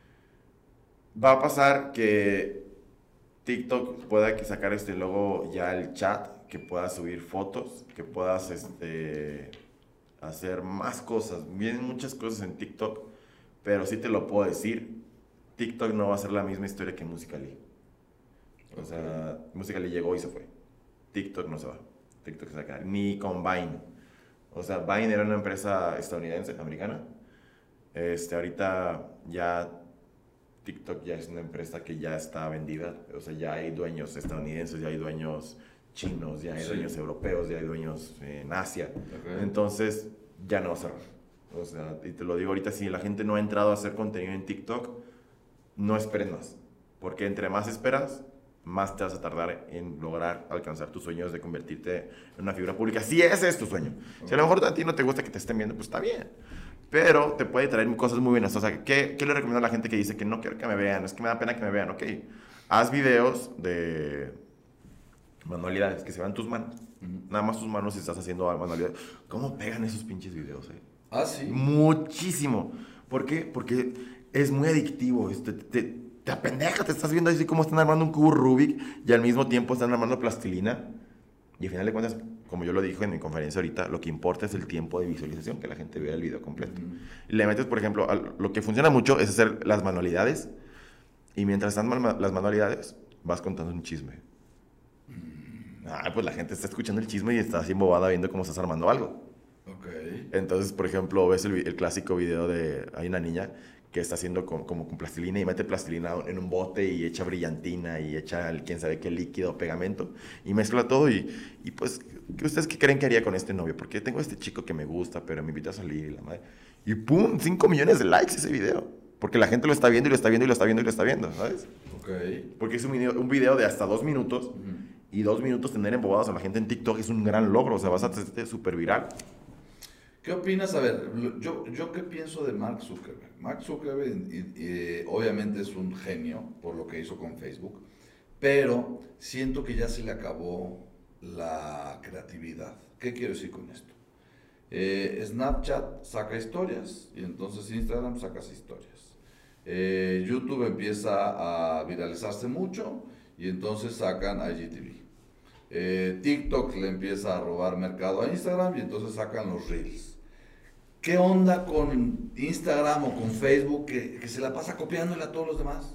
Va a pasar que TikTok pueda sacar luego ya el chat, que puedas subir fotos, que puedas hacer más cosas. Vienen muchas cosas en TikTok, pero sí te lo puedo decir, TikTok no va a ser la misma historia que Musical.ly. O sea, Musical.ly llegó y se fue. TikTok no se va. TikTok se va a quedar. Ni con Vine. O sea, Vine era una empresa estadounidense, americana. Ahorita ya TikTok ya es una empresa que ya está vendida. O sea, ya hay dueños estadounidenses, ya hay dueños chinos, ya hay dueños europeos, ya hay dueños en Asia. Okay. Entonces, ya no va a cerrar. O sea, y te lo digo ahorita, si la gente no ha entrado a hacer contenido en TikTok, no esperes más. Porque entre más esperas, más te vas a tardar en lograr alcanzar tus sueños de convertirte en una figura pública. Si ese es tu sueño. Si a lo mejor a ti no te gusta que te estén viendo, pues está bien. Pero te puede traer cosas muy buenas. O sea, ¿qué le recomiendo a la gente que dice que no quiero que me vean? Es que me da pena que me vean. Ok, haz videos de manualidades, que se vean tus manos. Nada más tus manos si estás haciendo manualidades. ¿Cómo pegan esos pinches videos, Ah, sí. Muchísimo. ¿Por qué? Porque es muy adictivo. Te apendeja, te estás viendo así como están armando un cubo Rubik y al mismo tiempo están armando plastilina. Y al final de cuentas, como yo lo dije en mi conferencia ahorita, lo que importa es el tiempo de visualización, que la gente vea el video completo. Y le metes, por ejemplo, lo que funciona mucho es hacer las manualidades. Y mientras están las manualidades, vas contando un chisme. Pues la gente está escuchando el chisme y está así embobada viendo cómo estás armando algo. Okay. Entonces, por ejemplo, ves el clásico video de... Hay una niña que está haciendo como con plastilina y mete plastilina en un bote y echa brillantina y echa quién sabe qué líquido, pegamento y mezcla todo y pues, ¿ustedes qué creen que haría con este novio? Porque tengo este chico que me gusta, pero me invita a salir y la madre... Y ¡pum! 5 millones de likes ese video. Porque la gente lo está viendo y lo está viendo y lo está viendo y lo está viendo, ¿sabes? Okay. Porque es un video de hasta 2 minutos y 2 minutos tener embobados a la gente en TikTok es un gran logro. O sea, vas a hacerte súper viral. ¿Qué opinas? A ver, yo qué pienso de Mark Zuckerberg. Mark Zuckerberg obviamente es un genio por lo que hizo con Facebook, pero siento que ya se le acabó la creatividad. ¿Qué quiero decir con esto? Snapchat saca historias y entonces Instagram saca historias. YouTube empieza a viralizarse mucho y entonces sacan IGTV. TikTok le empieza a robar mercado a Instagram y entonces sacan los Reels. ¿Qué onda con Instagram o con Facebook que se la pasa copiándole a todos los demás?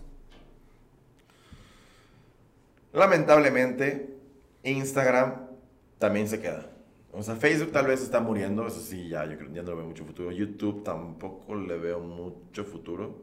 Lamentablemente, Instagram también se queda. O sea, Facebook tal vez está muriendo, eso sí, ya no le veo mucho futuro. YouTube tampoco le veo mucho futuro.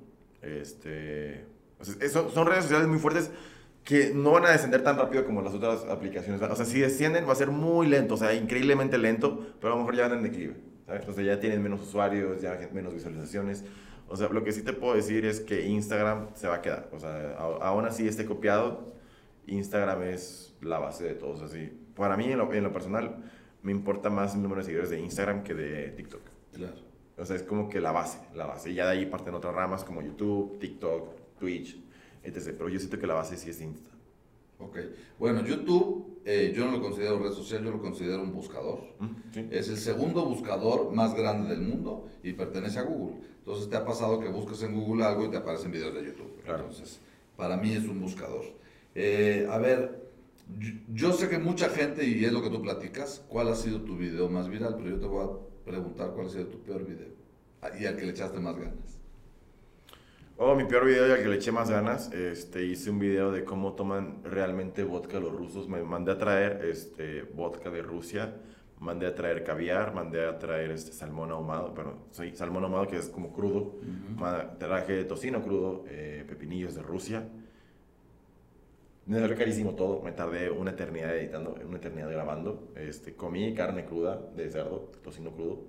O sea, son redes sociales muy fuertes que no van a descender tan rápido como las otras aplicaciones. O sea, si descienden va a ser muy lento, o sea, increíblemente lento, pero a lo mejor ya van en declive, ¿sabes? O sea, ya tienen menos usuarios, ya menos visualizaciones. O sea, lo que sí te puedo decir es que Instagram se va a quedar. O sea, aún así esté copiado, Instagram es la base de todo. O sea, sí, para mí, en lo personal, me importa más el número de seguidores de Instagram que de TikTok. Claro. O sea, es como que la base. Y ya de ahí parten otras ramas como YouTube, TikTok, Twitch, etc. Pero yo siento que la base sí es Insta. Ok. Bueno, YouTube, yo no lo considero red social, yo lo considero un buscador. Sí. Es el segundo buscador más grande del mundo y pertenece a Google. Entonces, ¿te ha pasado que buscas en Google algo y te aparecen videos de YouTube? Claro. Entonces, para mí es un buscador. A ver, yo sé que mucha gente, y es lo que tú platicas, ¿cuál ha sido tu video más viral? Pero yo te voy a preguntar cuál ha sido tu peor video y al que le echaste más ganas. Mi peor video y al que le eché más ganas, hice un video de cómo toman realmente vodka los rusos. Me mandé a traer vodka de Rusia, mandé a traer caviar, mandé a traer salmón ahumado, salmón ahumado que es como crudo. Traje tocino crudo, pepinillos de Rusia. Me salió carísimo todo, me tardé una eternidad editando, una eternidad grabando. Comí carne cruda de cerdo, tocino crudo.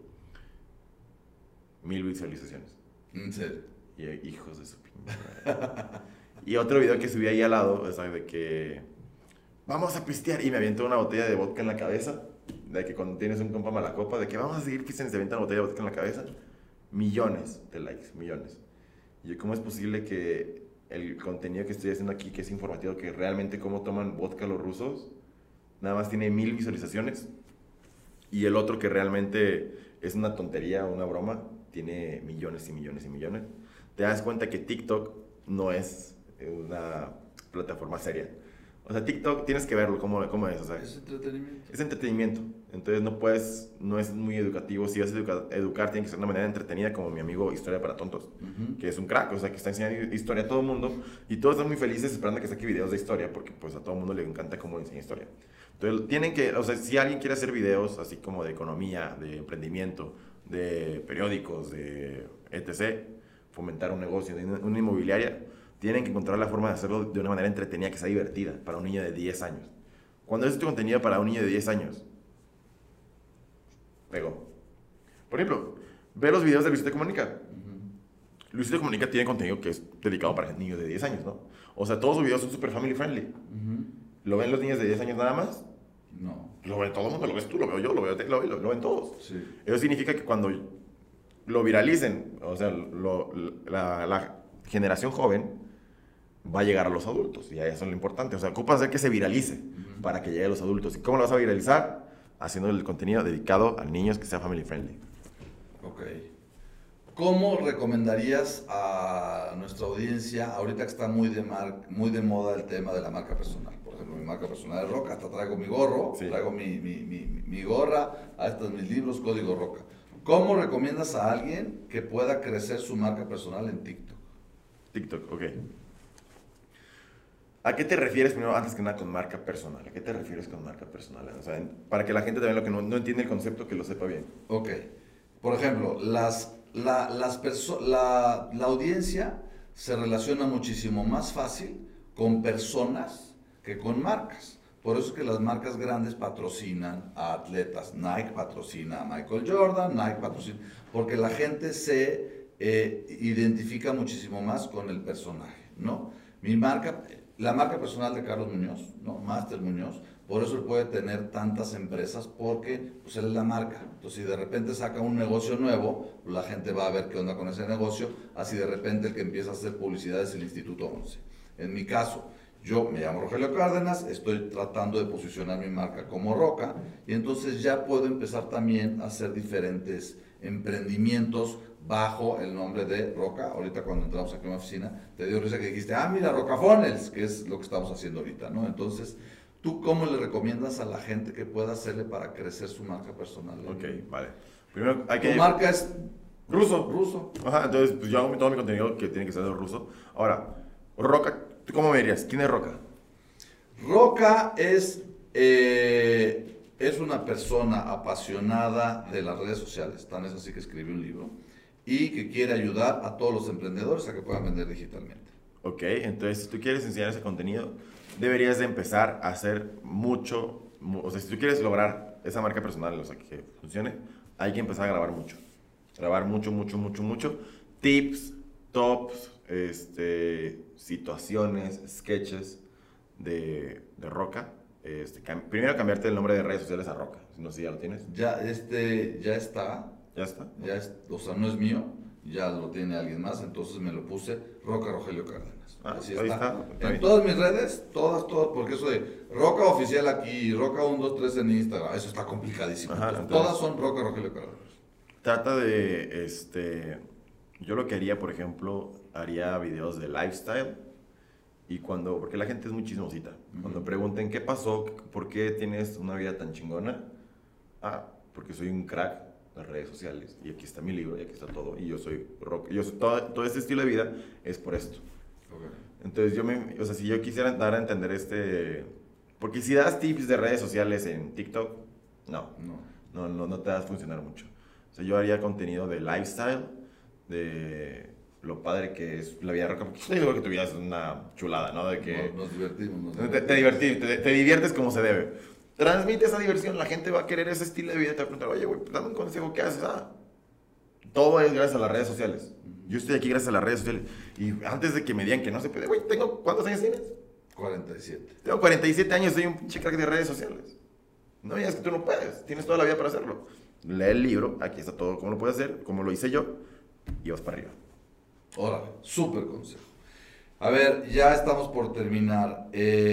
1000 visualizaciones. ¿En serio? Y hijos de su pinche madre. Y otro video que subí ahí al lado, o sea, de que vamos a pistear y me aviento una botella de vodka en la cabeza, de que cuando tienes un compa mala copa, de que vamos a seguir pisteando y se avienta una botella de vodka en la cabeza. Millones de likes, millones. Y yo, ¿cómo es posible que el contenido que estoy haciendo aquí, que es informativo, que realmente cómo toman vodka los rusos, nada más tiene 1000 visualizaciones? Y el otro que realmente es una tontería o una broma, tiene millones y millones y millones. Te das cuenta que TikTok no es una plataforma seria. O sea, TikTok tienes que verlo, cómo es. O sea, Es entretenimiento. es entretenimiento. Entonces no es muy educativo. Si vas a educar, tiene que ser de una manera entretenida, como mi amigo Historia para Tontos, que es un crack, o sea, que está enseñando historia a todo el mundo. Y todos están muy felices esperando que saque videos de historia, porque pues a todo el mundo le encanta cómo enseña historia. Entonces tienen que, o sea, si alguien quiere hacer videos así como de economía, de emprendimiento, de periódicos, de etc., fomentar un negocio, de una inmobiliaria, tienen que encontrar la forma de hacerlo de una manera entretenida, que sea divertida para un niño de 10 años. Cuando es tu contenido para un niño de 10 años, pegó. Por ejemplo, ve los videos de Luisito Comunica. Luisito Comunica tiene contenido que es dedicado para niños de 10 años, ¿no? O sea, todos sus videos son super family friendly. ¿Lo ven los niños de 10 años nada más? No. Lo ven todo el mundo, lo ves tú, lo veo yo, lo ven todos. Sí. Eso significa que cuando lo viralicen, o sea, la generación joven va a llegar a los adultos, y eso es lo importante. O sea, ocupa hacer que se viralice para que llegue a los adultos. ¿Y cómo lo vas a viralizar? Haciendo el contenido dedicado a niños que sea family friendly. Ok. ¿Cómo recomendarías a nuestra audiencia, ahorita que está muy de moda el tema de la marca personal? Por ejemplo, mi marca personal es Roca, hasta traigo mi gorro, Sí. traigo mi gorra, ahí están mis libros, Código Roca. ¿Cómo recomiendas a alguien que pueda crecer su marca personal en TikTok? TikTok, ok. ¿A qué te refieres primero, antes que nada, con marca personal? ¿A qué te refieres con marca personal? O sea, para que la gente también lo que no entiende el concepto, que lo sepa bien. Ok. Por ejemplo, la audiencia se relaciona muchísimo más fácil con personas que con marcas. Por eso es que las marcas grandes patrocinan a atletas. Nike patrocina a Michael Jordan, Nike patrocina, porque la gente se identifica muchísimo más con el personaje, ¿no? La marca personal de Carlos Muñoz, ¿no? Master Muñoz, por eso él puede tener tantas empresas, porque pues él es la marca. Entonces, si de repente saca un negocio nuevo, pues, la gente va a ver qué onda con ese negocio. Así de repente el que empieza a hacer publicidad es el Instituto 11. En mi caso, yo me llamo Rogelio Cárdenas, estoy tratando de posicionar mi marca como Roca, y entonces ya puedo empezar también a hacer diferentes emprendimientos bajo el nombre de Roca. Ahorita cuando entramos aquí en la oficina, te dio risa que dijiste, mira, Roca Funnels, que es lo que estamos haciendo ahorita, ¿no? Entonces, ¿tú cómo le recomiendas a la gente que pueda hacerle para crecer su marca personal? Ok, vale. Primero hay Tu que... marca es ruso. ruso. Ajá, entonces pues yo hago todo mi contenido que tiene que ser de ruso. Ahora, Roca, ¿tú cómo me dirías? ¿Quién es Roca? Roca es una persona apasionada de las redes sociales, tan es así que escribió un libro, y que quiere ayudar a todos los emprendedores a que puedan vender digitalmente. Ok, entonces si tú quieres enseñar ese contenido, deberías de empezar a hacer mucho, o sea, si tú quieres lograr esa marca personal, o sea, que funcione, hay que empezar a grabar mucho. Grabar mucho. Tips, tops, situaciones, sketches de Roca. Primero cambiarte el nombre de redes sociales a Roca, no sé si ya lo tienes. Ya está. ¿Ya está? O sea, no es mío, ya lo tiene alguien más, entonces me lo puse Roca Rogelio Cárdenas. Así ahí está. está En bien. todas mis redes, todas, porque eso de Roca Oficial aquí, Roca 123 en Instagram, eso está complicadísimo. Ajá, Entonces, entonces- todas son Roca Rogelio Cárdenas. Trata de, yo lo que haría, por ejemplo, haría videos de lifestyle y porque la gente es muy chismosita. Cuando pregunten qué pasó, por qué tienes una vida tan chingona, porque soy un crack de las redes sociales y aquí está mi libro y aquí está todo y yo soy rock. Todo este estilo de vida es por esto. Okay. Entonces o sea, si yo quisiera dar a entender porque si das tips de redes sociales en TikTok, no te va a funcionar mucho. O sea, yo haría contenido de lifestyle, de lo padre que es la vida roca, porque yo digo que tu vida es una chulada, ¿no? De que Nos divertimos. te diviertes como se debe. Transmite esa diversión, la gente va a querer ese estilo de vida, te va a preguntar, oye, güey, dame un consejo, ¿qué haces? Todo es gracias a las redes sociales. Yo estoy aquí gracias a las redes sociales. Y antes de que me digan que no se puede, güey, ¿cuántos años tienes? 47. Tengo 47 años, soy un pinche crack de redes sociales. No digas que tú no puedes, tienes toda la vida para hacerlo. Lee el libro, aquí está todo cómo lo puedes hacer, como lo hice yo, y vas para arriba. Órale, súper consejo. A ver, ya estamos por terminar.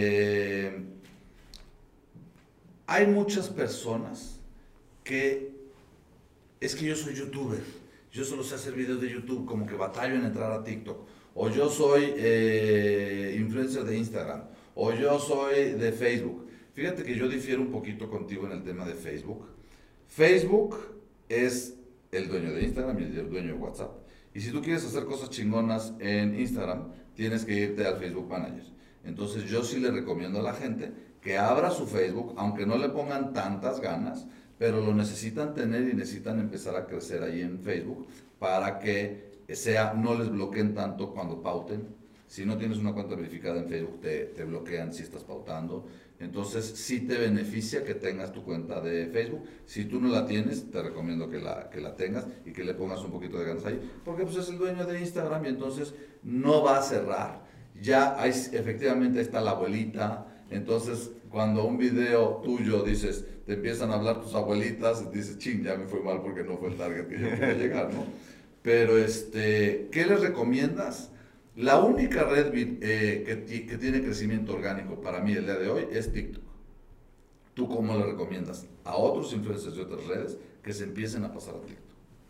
Hay muchas personas que... Es que yo soy youtuber, yo solo sé hacer videos de YouTube, como que batallo en entrar a TikTok. O yo soy influencer de Instagram, o yo soy de Facebook. Fíjate que yo difiero un poquito contigo en el tema de Facebook. Facebook es el dueño de Instagram y el dueño de WhatsApp. Y si tú quieres hacer cosas chingonas en Instagram, tienes que irte al Facebook Manager. Entonces yo sí le recomiendo a la gente que abra su Facebook, aunque no le pongan tantas ganas, pero lo necesitan tener y necesitan empezar a crecer ahí en Facebook para que no les bloqueen tanto cuando pauten. Si no tienes una cuenta verificada en Facebook, te bloquean si estás pautando. Entonces, sí te beneficia que tengas tu cuenta de Facebook. Si tú no la tienes, te recomiendo que la tengas y que le pongas un poquito de ganas ahí, porque pues es el dueño de Instagram y entonces no va a cerrar. Ya efectivamente está la abuelita. Entonces, cuando un video tuyo dices, te empiezan a hablar tus abuelitas, dices, ching, ya me fue mal porque no fue el target que yo quería llegar, ¿no? Pero, ¿qué les recomiendas? La única red que tiene crecimiento orgánico para mí el día de hoy es TikTok. ¿Tú cómo le recomiendas a otros influencers de otras redes que se empiecen a pasar a TikTok?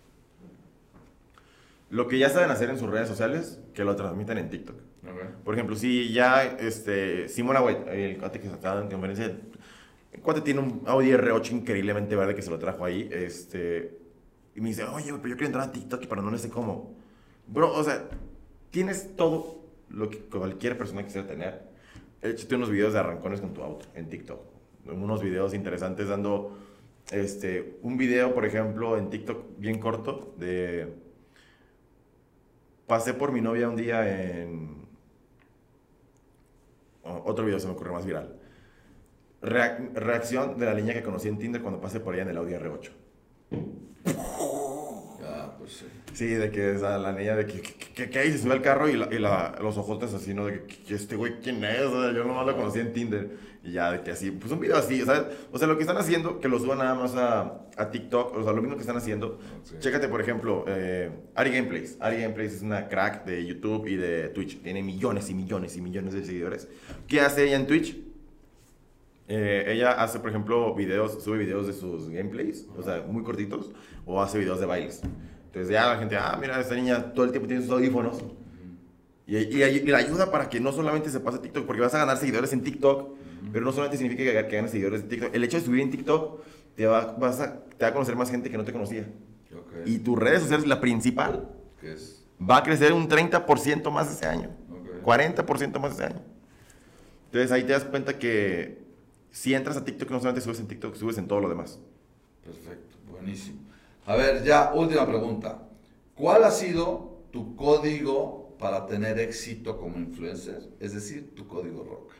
Lo que ya saben hacer en sus redes sociales, que lo transmitan en TikTok. Okay. Por ejemplo, si ya Simona White, el cuate que estaba en conferencia, el cuate tiene un Audi R8 increíblemente verde que se lo trajo ahí, y me dice, oye, pero yo quiero entrar a TikTok, pero no sé cómo. Bro, o sea, tienes todo lo que cualquier persona quisiera tener. Échate unos videos de arrancones con tu auto en TikTok. Unos videos interesantes dando, un video, por ejemplo, en TikTok bien corto de... Pasé por mi novia un día en... Otro video se me ocurrió más viral. Reacción de la niña que conocí en Tinder cuando pasé por ella en el Audi R8. Ah, pues sí. Sí, de que la niña de que ahí se sube al carro y los ojotes así, ¿no? De que este güey, ¿quién es? O sea, yo nomás lo conocí en Tinder. Y ya, de que así, pues un video así, ¿sabes? O sea, lo que están haciendo, que lo suban nada más a TikTok, o sea, lo mismo que están haciendo. Sí. Chécate, por ejemplo, Ari Gameplays. Ari Gameplays es una crack de YouTube y de Twitch. Tiene millones y millones y millones de seguidores. ¿Qué hace ella en Twitch? Ella hace, por ejemplo, sube videos de sus gameplays, o sea, muy cortitos, o hace videos de bailes. Entonces ya la gente, mira, esta niña todo el tiempo tiene sus audífonos. Y la ayuda para que no solamente se pase TikTok, porque vas a ganar seguidores en TikTok, pero no solamente significa que ganes seguidores en TikTok. El hecho de subir en TikTok te va a conocer más gente que no te conocía. Okay. Y tus redes sociales, la principal, ¿qué es? Va a crecer un 30% más ese año. Okay. 40% más ese año. Entonces ahí te das cuenta que si entras a TikTok, no solamente subes en TikTok, subes en todo lo demás. Perfecto, buenísimo. A ver, ya, última pregunta. ¿Cuál ha sido tu código para tener éxito como influencer? Es decir, tu código roca.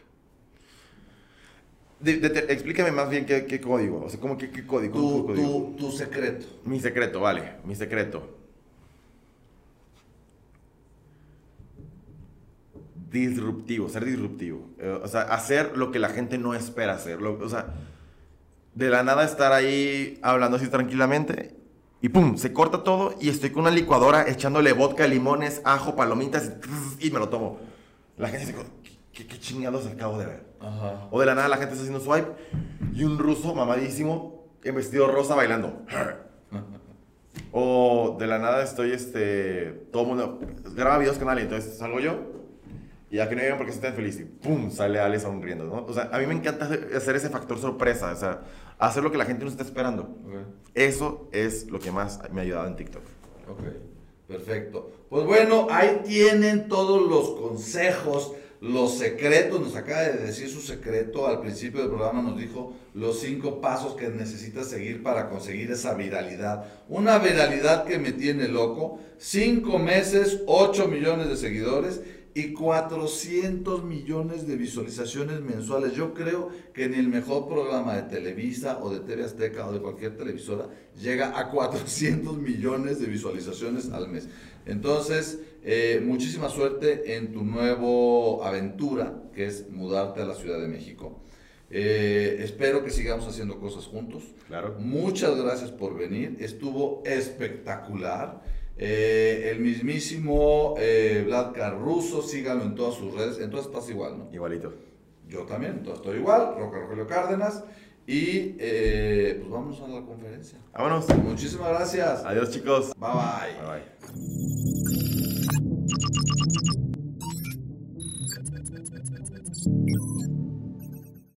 Explícame más bien qué código. O sea, ¿cómo qué código? Tu secreto. Mi secreto, vale. Mi secreto. Ser disruptivo. O sea, hacer lo que la gente no espera hacer. O sea, de la nada estar ahí hablando así tranquilamente y pum, se corta todo y estoy con una licuadora echándole vodka, limones, ajo, palomitas y me lo tomo. La gente dice, ¿qué chingados acabo de ver? Ajá. O de la nada la gente está haciendo swipe y un ruso mamadísimo en vestido rosa bailando. O de la nada estoy, todo el mundo graba videos con alguien, entonces salgo yo. Y ya que no digan porque se estén felices, y ¡pum! Sale Alex sonriendo, ¿no? O sea, a mí me encanta hacer ese factor sorpresa, o sea, hacer lo que la gente no está esperando. Okay. Eso es lo que más me ha ayudado en TikTok. Ok, perfecto. Pues bueno, ahí tienen todos los consejos los secretos, nos acaba de decir su secreto al principio del programa, nos dijo los 5 pasos que necesitas seguir para conseguir esa viralidad. Una viralidad que me tiene loco, 5 meses, 8 millones de seguidores y 400 millones de visualizaciones mensuales. Yo creo que ni el mejor programa de Televisa o de TV Azteca o de cualquier televisora llega a 400 millones de visualizaciones al mes. Entonces, muchísima suerte en tu nueva aventura, que es mudarte a la Ciudad de México. Espero que sigamos haciendo cosas juntos. Claro. Muchas gracias por venir, estuvo espectacular. El mismísimo Vlad Caruso, síganlo en todas sus redes. Entonces estás igual, ¿no? Igualito. Yo también, entonces estoy igual, Rogelio Cárdenas. Y pues vamos a la conferencia. Vámonos. Muchísimas gracias. Adiós, chicos. Bye bye. Bye bye.